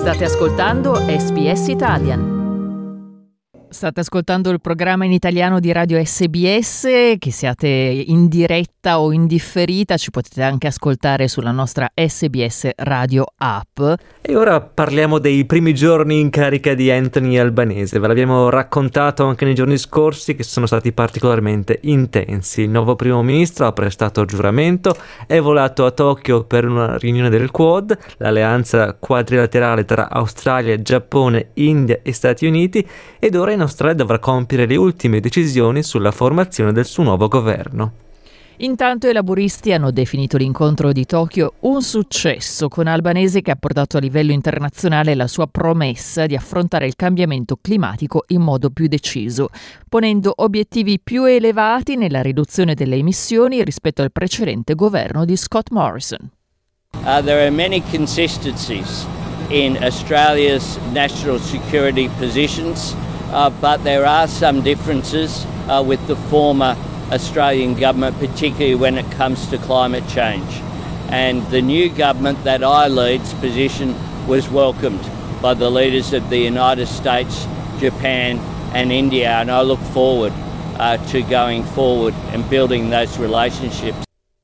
State ascoltando SBS Italian. State ascoltando il programma in italiano di Radio SBS, che siate in diretta o in differita, ci potete anche ascoltare sulla nostra SBS Radio App. E ora parliamo dei primi giorni in carica di Anthony Albanese. Ve l'abbiamo raccontato anche nei giorni scorsi, che sono stati particolarmente intensi. Il nuovo primo ministro ha prestato giuramento, è volato a Tokyo per una riunione del Quad, l'alleanza quadrilaterale tra Australia, Giappone, India e Stati Uniti, ed ora in Australia dovrà compiere le ultime decisioni sulla formazione del suo nuovo governo. Intanto i laburisti hanno definito l'incontro di Tokyo un successo, con Albanese che ha portato a livello internazionale la sua promessa di affrontare il cambiamento climatico in modo più deciso, ponendo obiettivi più elevati nella riduzione delle emissioni rispetto al precedente governo di Scott Morrison. There are many consistencies in Australia's national security positions. But there are some differences with the former Australian government, particularly when it comes to climate change. And the new government that I lead's position was welcomed by the leaders of the United States, Japan and India, and I look forward to going forward and building those relationships.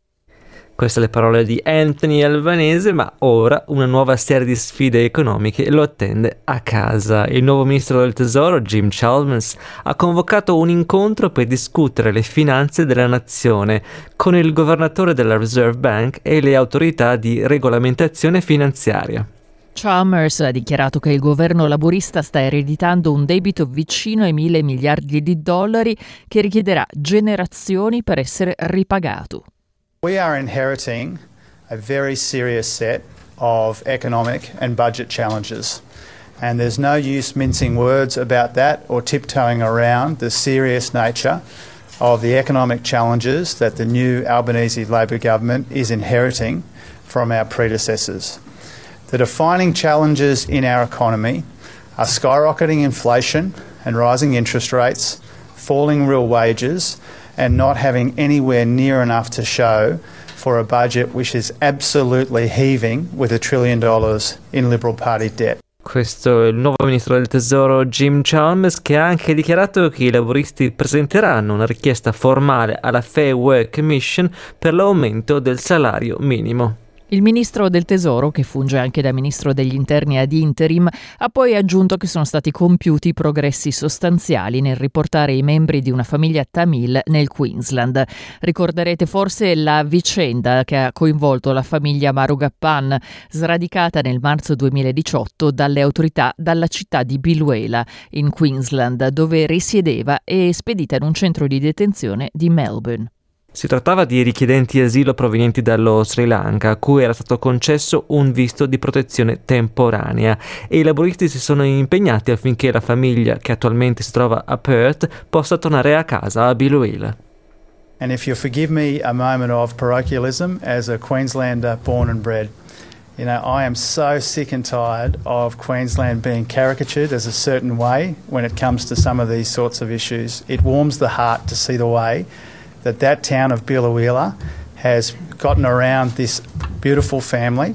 Queste le parole di Anthony Albanese, ma ora una nuova serie di sfide economiche lo attende a casa. Il nuovo ministro del tesoro, Jim Chalmers, ha convocato un incontro per discutere le finanze della nazione con il governatore della Reserve Bank e le autorità di regolamentazione finanziaria. Chalmers ha dichiarato che il governo laburista sta ereditando un debito vicino ai $1.000 miliardi che richiederà generazioni per essere ripagato. We are inheriting a very serious set of economic and budget challenges, and there's no use mincing words about that or tiptoeing around the serious nature of the economic challenges that the new Albanese Labor government is inheriting from our predecessors. The defining challenges in our economy are skyrocketing inflation and rising interest rates, falling real wages, and not having anywhere near enough to show for a budget which is absolutely heaving with $1 trillion in Liberal Party debt. Questo è il nuovo ministro del tesoro Jim Chalmers, che ha anche dichiarato che i laburisti presenteranno una richiesta formale alla Fair Work Commission per l'aumento del salario minimo. Il ministro del tesoro, che funge anche da ministro degli interni ad interim, ha poi aggiunto che sono stati compiuti progressi sostanziali nel riportare i membri di una famiglia tamil nel Queensland. Ricorderete forse la vicenda che ha coinvolto la famiglia Marugappan, sradicata nel marzo 2018 dalle autorità dalla città di Biluela, in Queensland, dove risiedeva, e spedita in un centro di detenzione di Melbourne. Si trattava di richiedenti asilo provenienti dallo Sri Lanka, a cui era stato concesso un visto di protezione temporanea, e i laburisti si sono impegnati affinché la famiglia, che attualmente si trova a Perth, possa tornare a casa a Biluela. And if you forgive me a moment of parochialism as a Queenslander born and bred, you know, I am so sick and tired of Queensland being caricatured as a certain way when it comes to some of these sorts of issues. It warms the heart to see the way that town of Biloela has gotten around this beautiful family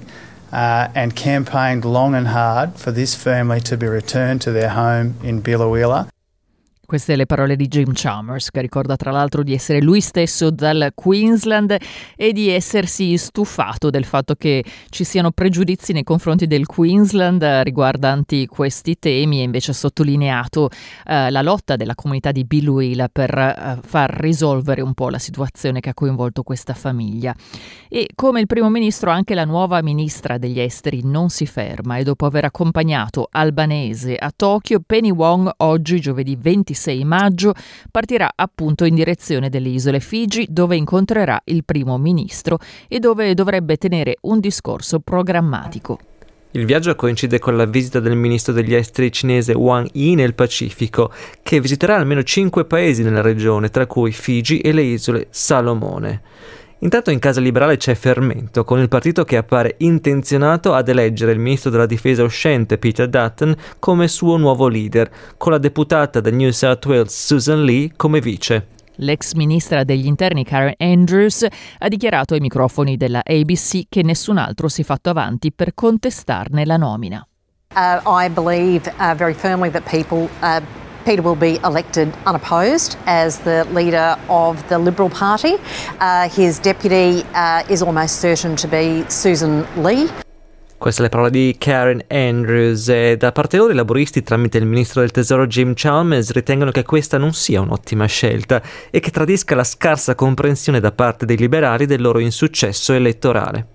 and campaigned long and hard for this family to be returned to their home in Biloela. Queste le parole di Jim Chalmers, che ricorda tra l'altro di essere lui stesso dal Queensland e di essersi stufato del fatto che ci siano pregiudizi nei confronti del Queensland riguardanti questi temi, e invece ha sottolineato la lotta della comunità di Biluela per far risolvere un po' la situazione che ha coinvolto questa famiglia. E come il primo ministro, anche la nuova ministra degli esteri non si ferma, e dopo aver accompagnato Albanese a Tokyo, Penny Wong oggi, giovedì 26 maggio, partirà appunto in direzione delle isole Figi, dove incontrerà il primo ministro e dove dovrebbe tenere un discorso programmatico. Il viaggio coincide con la visita del ministro degli esteri cinese Wang Yi nel Pacifico, che visiterà almeno 5 paesi nella regione, tra cui Figi e le isole Salomone. Intanto in Casa Liberale c'è fermento, con il partito che appare intenzionato ad eleggere il ministro della difesa uscente Peter Dutton come suo nuovo leader, con la deputata del New South Wales Susan Lee come vice. L'ex ministra degli interni Karen Andrews ha dichiarato ai microfoni della ABC che nessun altro si è fatto avanti per contestarne la nomina. I believe very firmly that Peter will be elected unopposed as the leader of the Liberal Party. His deputy is almost certain to be Susan Lee. Queste le parole di Karen Andrews. E da parte loro i laburisti, tramite il ministro del tesoro Jim Chalmers, ritengono che questa non sia un'ottima scelta e che tradisca la scarsa comprensione da parte dei liberali del loro insuccesso elettorale.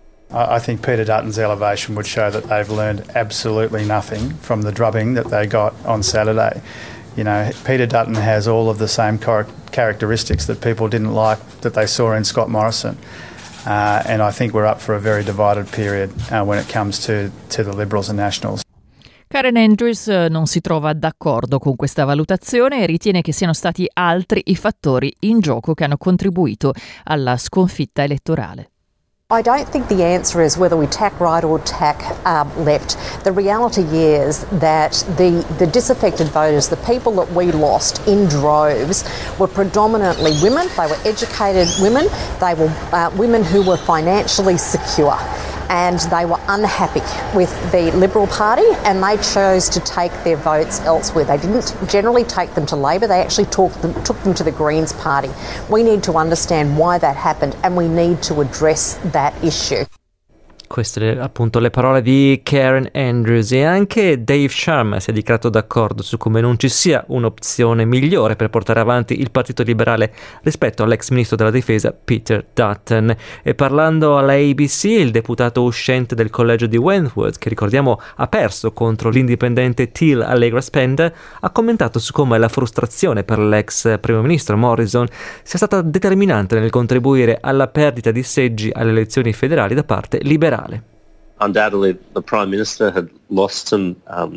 I think Peter Dutton's elevation would show that they've learned absolutely nothing from the drubbing that they got on Saturday. You know, Peter Dutton has all of the same characteristics that people didn't like that they saw in Scott Morrison. And I think we're up for a very divided period when it comes to the Liberals and Nationals. Karen Andrews non si trova d'accordo con questa valutazione e ritiene che siano stati altri i fattori in gioco che hanno contribuito alla sconfitta elettorale. I don't think the answer is whether we tack right or tack left. The reality is that the disaffected voters, the people that we lost in droves, were predominantly women. They were educated women. They were women who were financially secure. And they were unhappy with the Liberal Party and they chose to take their votes elsewhere. They didn't generally take them to Labor, they actually took them to the Greens Party. We need to understand why that happened and we need to address that issue. Queste appunto le parole di Karen Andrews. E anche Dave Sharma si è dichiarato d'accordo su come non ci sia un'opzione migliore per portare avanti il Partito Liberale rispetto all'ex ministro della difesa Peter Dutton. E parlando alla ABC, il deputato uscente del collegio di Wentworth, che ricordiamo ha perso contro l'indipendente Teal Allegra Spender, ha commentato su come la frustrazione per l'ex primo ministro Morrison sia stata determinante nel contribuire alla perdita di seggi alle elezioni federali da parte liberale. Undoubtedly, the Prime Minister had lost some,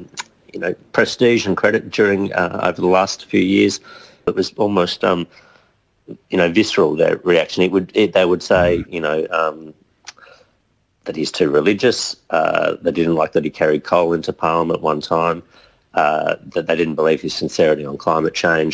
prestige and credit during over the last few years. It was almost, visceral, their reaction. They would say, that he's too religious. They didn't like that he carried coal into Parliament one time. That they didn't believe his sincerity on climate change.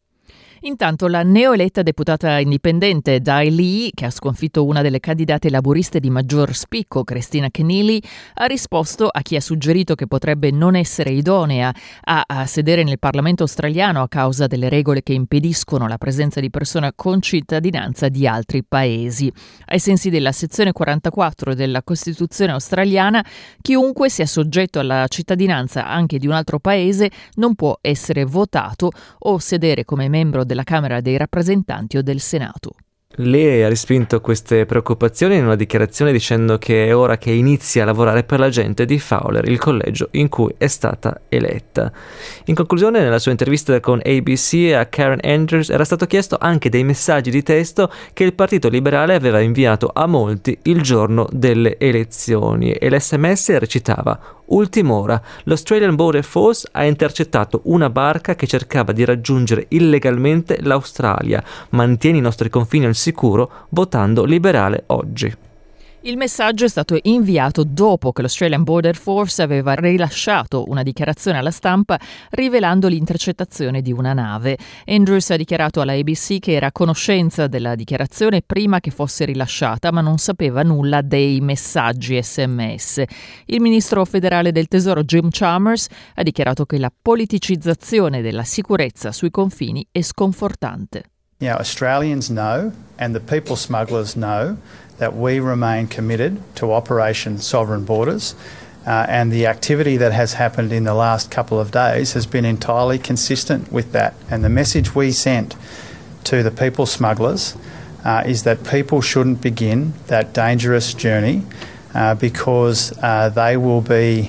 Intanto la neoeletta deputata indipendente Di Lee, che ha sconfitto una delle candidate laburiste di maggior spicco, Christina Keneally, ha risposto a chi ha suggerito che potrebbe non essere idonea a sedere nel Parlamento australiano a causa delle regole che impediscono la presenza di persone con cittadinanza di altri paesi. Ai sensi della sezione 44 della Costituzione australiana, chiunque sia soggetto alla cittadinanza anche di un altro paese non può essere votato o sedere come membro della Camera dei rappresentanti o del Senato. Lei ha respinto queste preoccupazioni in una dichiarazione dicendo che è ora che inizi a lavorare per la gente di Fowler, il collegio in cui è stata eletta. In conclusione, nella sua intervista con ABC a Karen Andrews era stato chiesto anche dei messaggi di testo che il Partito Liberale aveva inviato a molti il giorno delle elezioni e l'SMS recitava: ultima ora, l'Australian Border Force ha intercettato una barca che cercava di raggiungere illegalmente l'Australia. Mantieni i nostri confini al sicuro votando liberale oggi. Il messaggio è stato inviato dopo che l'Australian Border Force aveva rilasciato una dichiarazione alla stampa rivelando l'intercettazione di una nave. Andrews ha dichiarato alla ABC che era a conoscenza della dichiarazione prima che fosse rilasciata, ma non sapeva nulla dei messaggi SMS. Il ministro federale del tesoro Jim Chalmers ha dichiarato che la politicizzazione della sicurezza sui confini è sconfortante. Australians know and the people smugglers know that we remain committed to Operation Sovereign Borders and the activity that has happened in the last couple of days has been entirely consistent with that. And the message we sent to the people smugglers is that people shouldn't begin that dangerous journey because they will be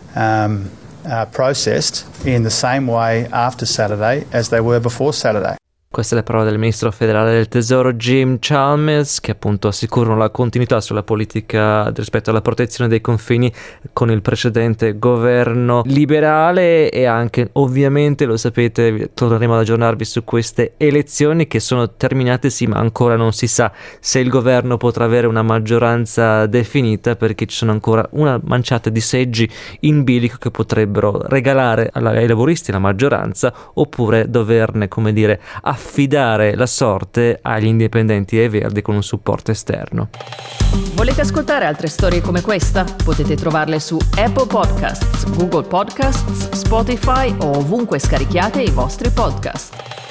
processed in the same way after Saturday as they were before Saturday. Queste le parole del ministro federale del tesoro Jim Chalmers, che appunto assicurano la continuità sulla politica rispetto alla protezione dei confini con il precedente governo liberale. E anche, ovviamente, lo sapete, torneremo ad aggiornarvi su queste elezioni che sono terminate, sì, ma ancora non si sa se il governo potrà avere una maggioranza definita, perché ci sono ancora una manciata di seggi in bilico che potrebbero regalare ai laburisti la maggioranza oppure doverne, come dire, affidare la sorte agli indipendenti e ai Verdi con un supporto esterno. Volete ascoltare altre storie come questa? Potete trovarle su Apple Podcasts, Google Podcasts, Spotify o ovunque scarichiate i vostri podcast.